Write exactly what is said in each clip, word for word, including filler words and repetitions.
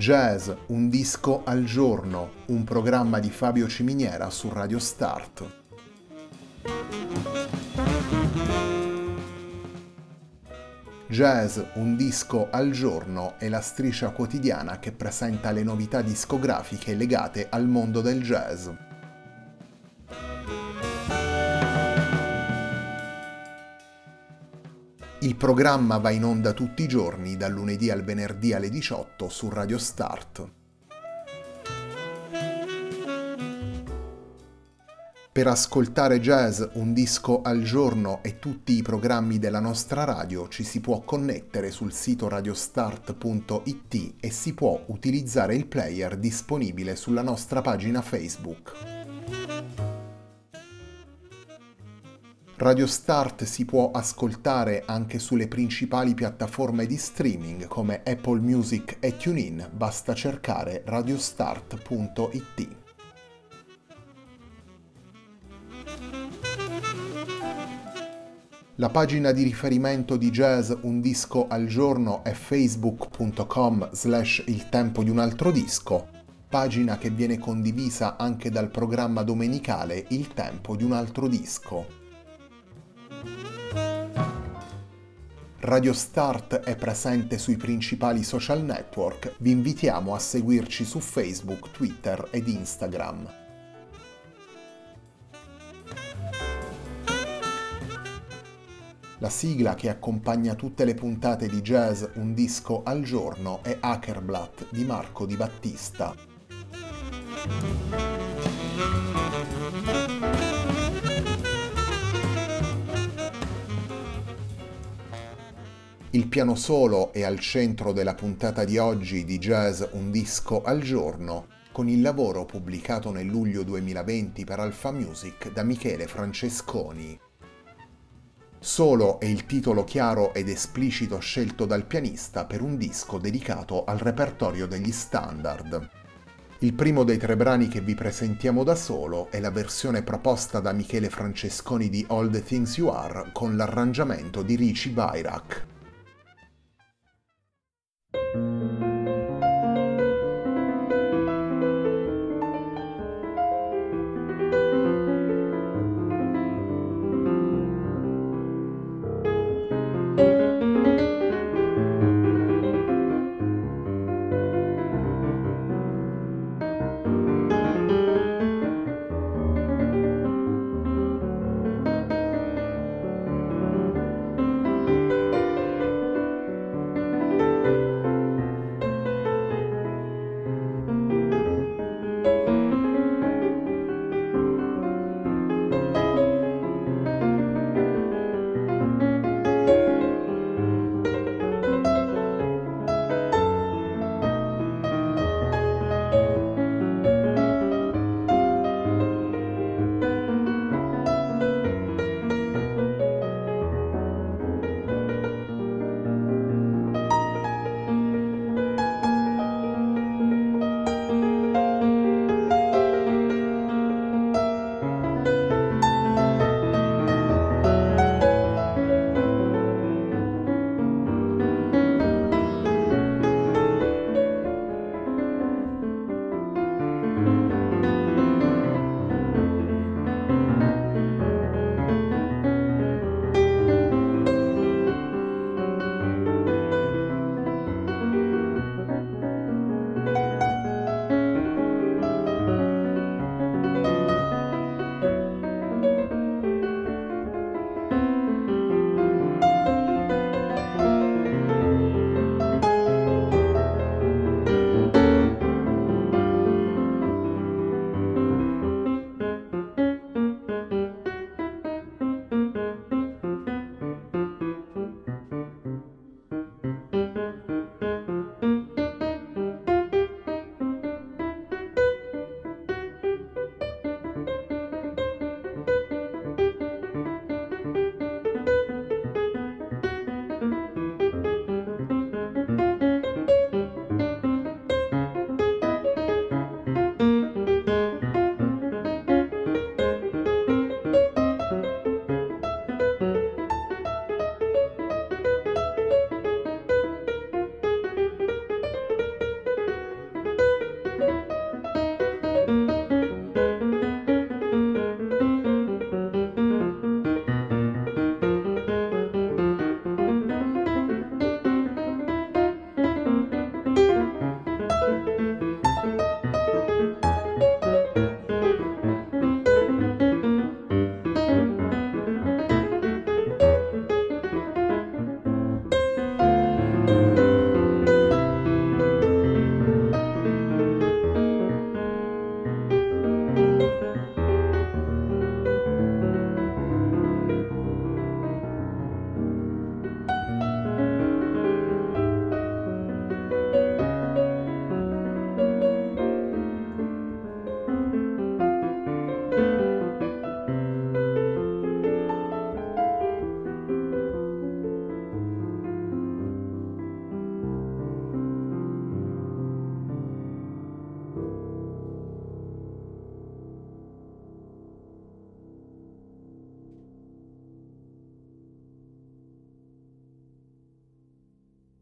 Jazz, un disco al giorno, un programma di Fabio Ciminiera su Radio Start. Jazz, un disco al giorno è la striscia quotidiana che presenta le novità discografiche legate al mondo del jazz. Il programma va in onda tutti i giorni, dal lunedì al venerdì alle diciotto su Radio Start. Per ascoltare Jazz, un disco al giorno e tutti i programmi della nostra radio ci si può connettere sul sito radiostart punto it e si può utilizzare il player disponibile sulla nostra pagina Facebook. Radio Start si può ascoltare anche sulle principali piattaforme di streaming come Apple Music e TuneIn, basta cercare radiostart punto it. La pagina di riferimento di Jazz Un Disco al Giorno è facebook punto com slash il tempo di un altro disco, pagina che viene condivisa anche dal programma domenicale Il tempo di un altro disco. Radio Start è presente sui principali social network, vi invitiamo a seguirci su Facebook, Twitter ed Instagram. La sigla che accompagna tutte le puntate di Jazz Un Disco al Giorno è Hackerblatt di Marco Di Battista. Il piano solo è al centro della puntata di oggi di Jazz Un Disco al Giorno, con il lavoro pubblicato nel luglio duemilaventi per Alpha Music da Michele Francesconi. Solo è il titolo chiaro ed esplicito scelto dal pianista per un disco dedicato al repertorio degli standard. Il primo dei tre brani che vi presentiamo da solo è la versione proposta da Michele Francesconi di All the Things You Are con l'arrangiamento di Richie Bayrak.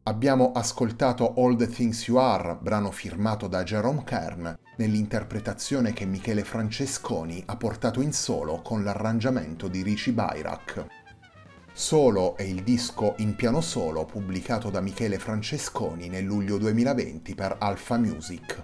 Abbiamo ascoltato All the Things You Are, brano firmato da Jerome Kern, nell'interpretazione che Michele Francesconi ha portato in solo con l'arrangiamento di Richie Bayrak. Solo è il disco in piano solo pubblicato da Michele Francesconi nel luglio duemilaventi per Alpha Music.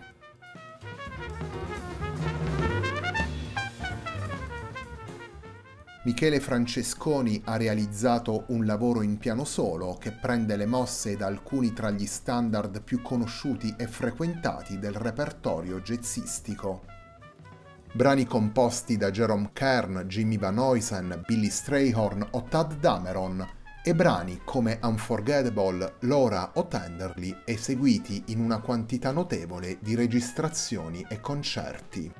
Michele Francesconi ha realizzato un lavoro in piano solo che prende le mosse da alcuni tra gli standard più conosciuti e frequentati del repertorio jazzistico. Brani composti da Jerome Kern, Jimmy Van Heusen, Billy Strayhorn o Tad Dameron e brani come Unforgettable, Laura o Tenderly eseguiti in una quantità notevole di registrazioni e concerti.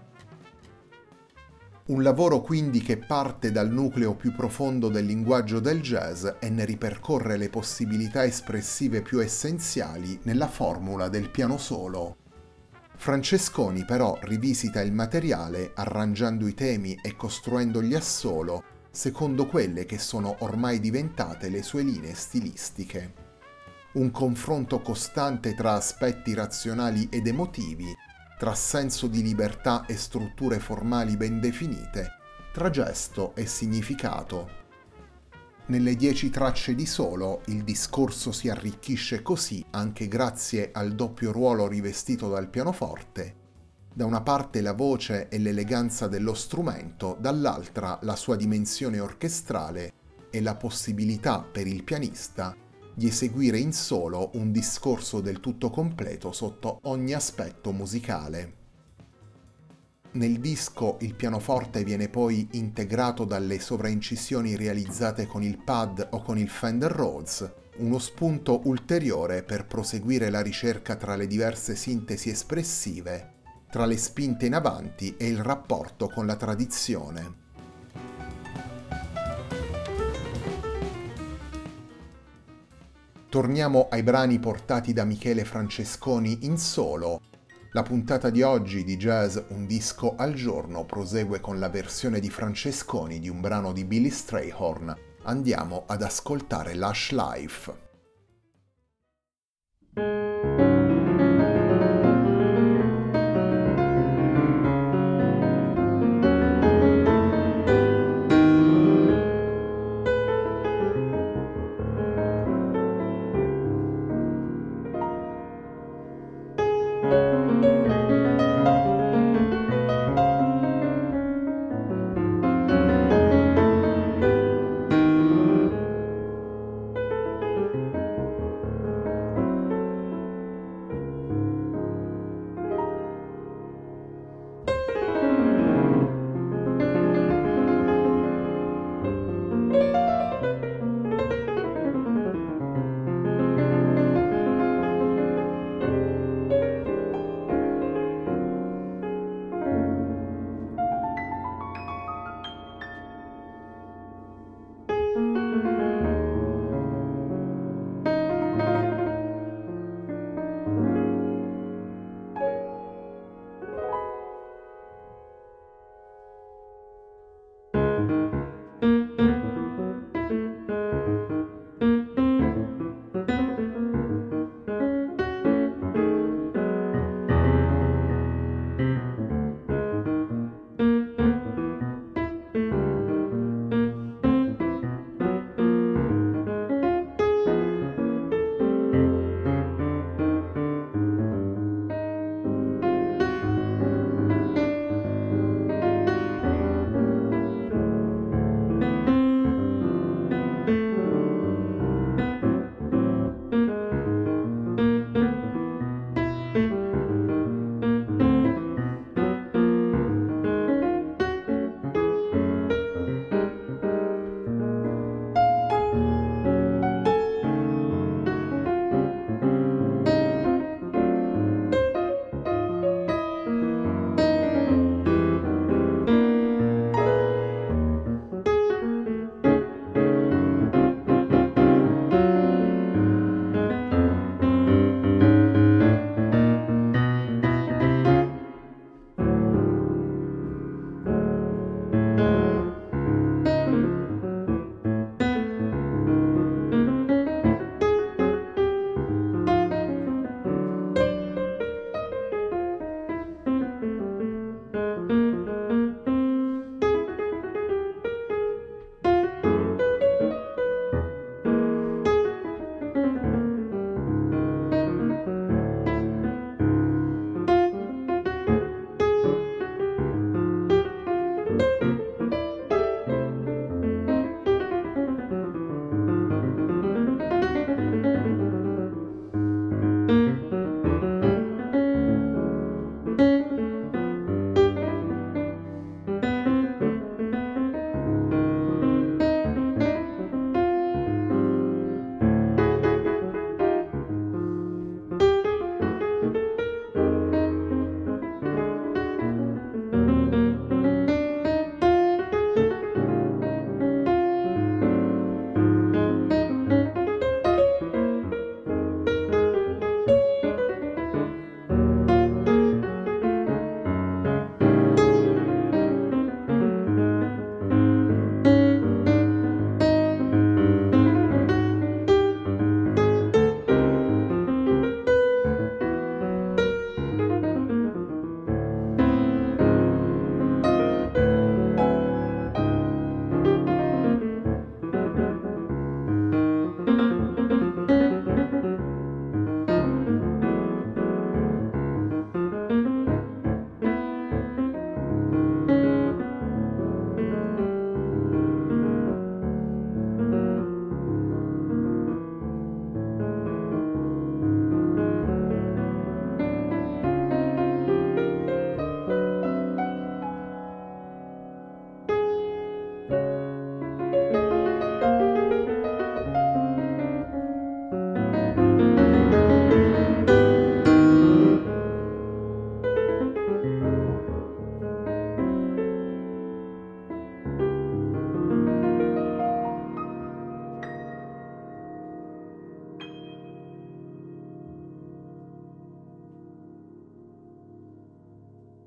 Un lavoro quindi che parte dal nucleo più profondo del linguaggio del jazz e ne ripercorre le possibilità espressive più essenziali nella formula del piano solo. Francesconi però rivisita il materiale arrangiando i temi e costruendo gli assolo secondo quelle che sono ormai diventate le sue linee stilistiche. Un confronto costante tra aspetti razionali ed emotivi, tra senso di libertà e strutture formali ben definite, tra gesto e significato. Nelle dieci tracce di solo il discorso si arricchisce così anche grazie al doppio ruolo rivestito dal pianoforte, da una parte la voce e l'eleganza dello strumento, dall'altra la sua dimensione orchestrale e la possibilità per il pianista di eseguire in solo un discorso del tutto completo sotto ogni aspetto musicale. Nel disco il pianoforte viene poi integrato dalle sovraincisioni realizzate con il pad o con il Fender Rhodes, uno spunto ulteriore per proseguire la ricerca tra le diverse sintesi espressive, tra le spinte in avanti e il rapporto con la tradizione. Torniamo ai brani portati da Michele Francesconi in solo. La puntata di oggi di Jazz Un disco al giorno prosegue con la versione di Francesconi di un brano di Billy Strayhorn. Andiamo ad ascoltare Lush Life.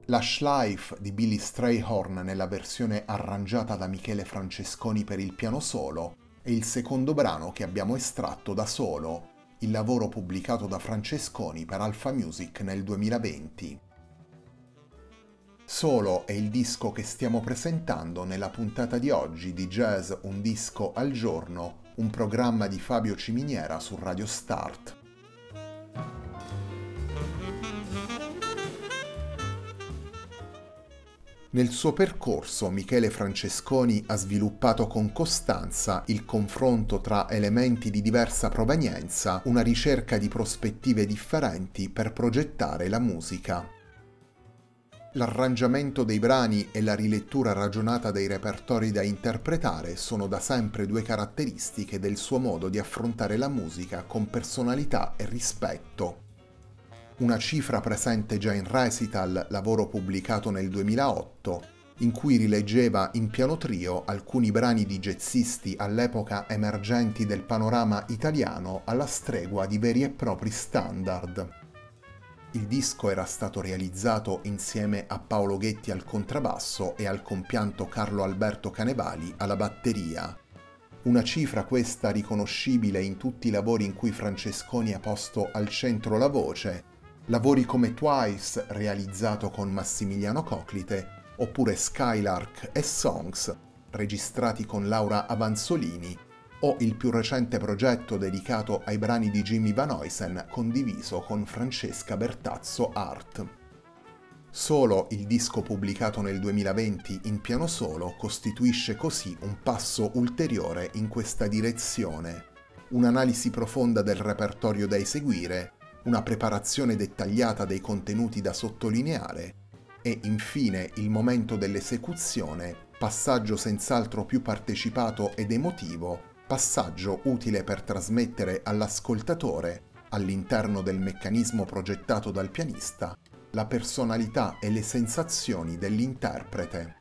La Schleif di Billy Strayhorn nella versione arrangiata da Michele Francesconi per il piano solo è il secondo brano che abbiamo estratto da Solo, il lavoro pubblicato da Francesconi per Alpha Music nel duemilaventi. Solo è il disco che stiamo presentando nella puntata di oggi di Jazz Un Disco al Giorno, un programma di Fabio Ciminiera su Radio Start. Nel suo percorso Michele Francesconi ha sviluppato con costanza il confronto tra elementi di diversa provenienza, una ricerca di prospettive differenti per progettare la musica. L'arrangiamento dei brani e la rilettura ragionata dei repertori da interpretare sono da sempre due caratteristiche del suo modo di affrontare la musica con personalità e rispetto. Una cifra presente già in Recital, lavoro pubblicato nel duemilaotto, in cui rileggeva in piano trio alcuni brani di jazzisti all'epoca emergenti del panorama italiano alla stregua di veri e propri standard. Il disco era stato realizzato insieme a Paolo Ghetti al contrabbasso e al compianto Carlo Alberto Canevali alla batteria. Una cifra questa riconoscibile in tutti i lavori in cui Francesconi ha posto al centro la voce, lavori come Twice, realizzato con Massimiliano Coclite, oppure Skylark e Songs, registrati con Laura Avanzolini, o il più recente progetto dedicato ai brani di Jimmy Van Heusen, condiviso con Francesca Bertazzo Art. Solo il disco pubblicato nel duemilaventi in piano solo costituisce così un passo ulteriore in questa direzione, un'analisi profonda del repertorio da eseguire, una preparazione dettagliata dei contenuti da sottolineare e infine il momento dell'esecuzione, passaggio senz'altro più partecipato ed emotivo, passaggio utile per trasmettere all'ascoltatore, all'interno del meccanismo progettato dal pianista, la personalità e le sensazioni dell'interprete.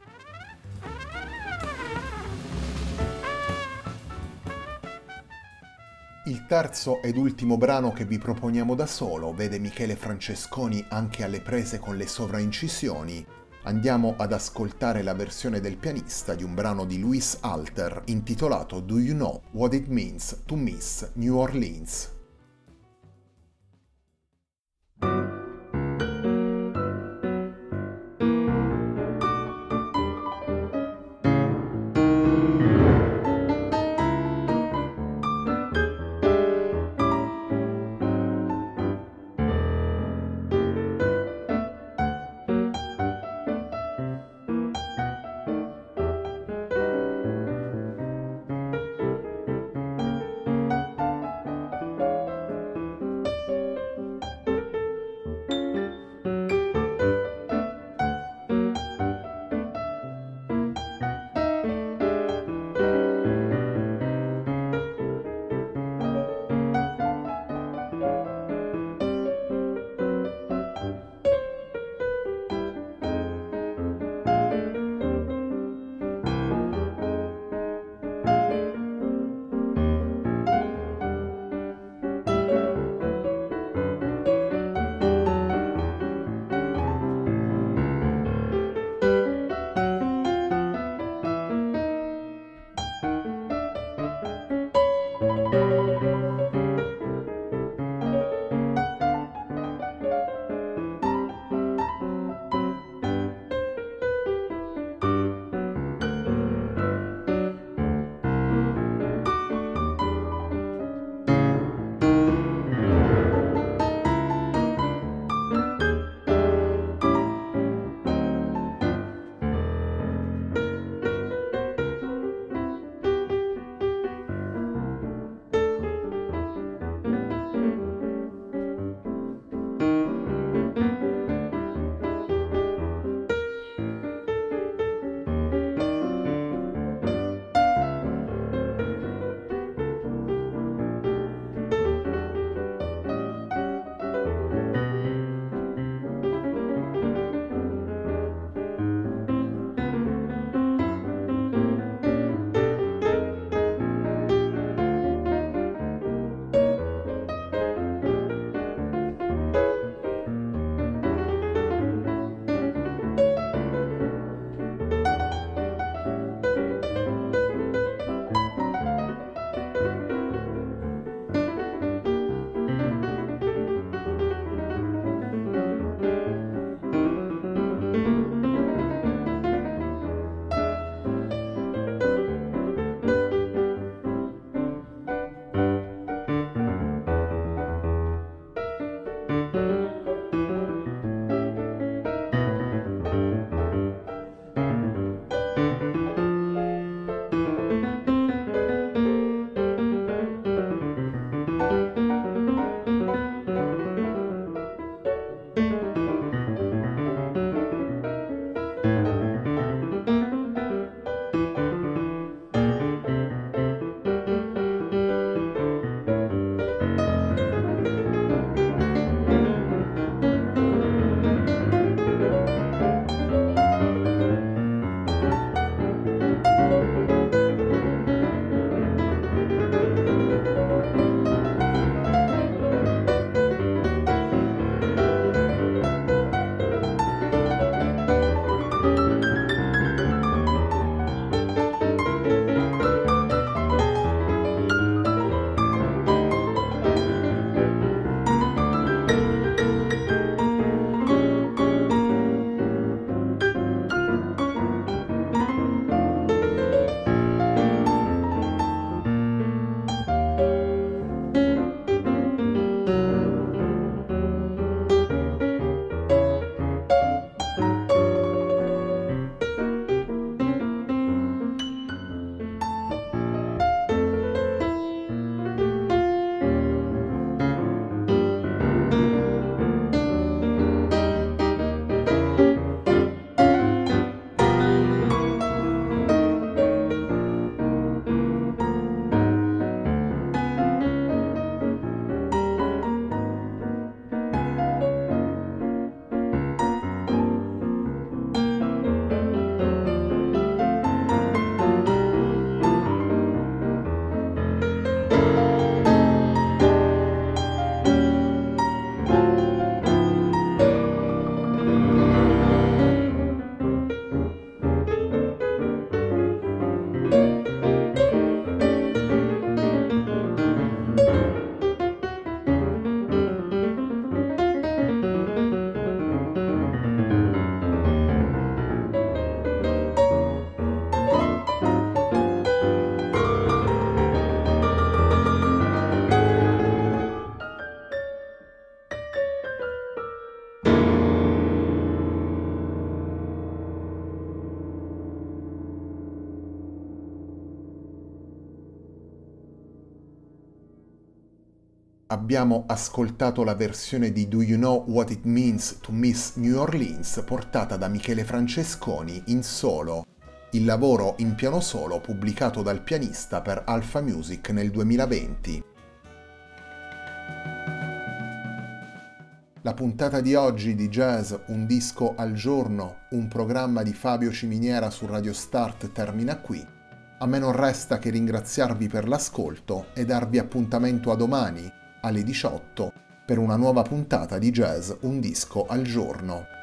Il terzo ed ultimo brano che vi proponiamo da solo vede Michele Francesconi anche alle prese con le sovraincisioni. Andiamo ad ascoltare la versione del pianista di un brano di Louis Alter intitolato Do You Know What It Means to Miss New Orleans? abbiamo ascoltato la versione di Do You Know What It Means to Miss New Orleans portata da Michele Francesconi in solo, il lavoro in piano solo pubblicato dal pianista per Alpha Music nel duemilaventi. La puntata di oggi di Jazz Un disco al giorno, un programma di Fabio Ciminiera su Radio Start termina qui. A me non resta che ringraziarvi per l'ascolto e darvi appuntamento a domani alle diciotto per una nuova puntata di Jazz Un disco al giorno.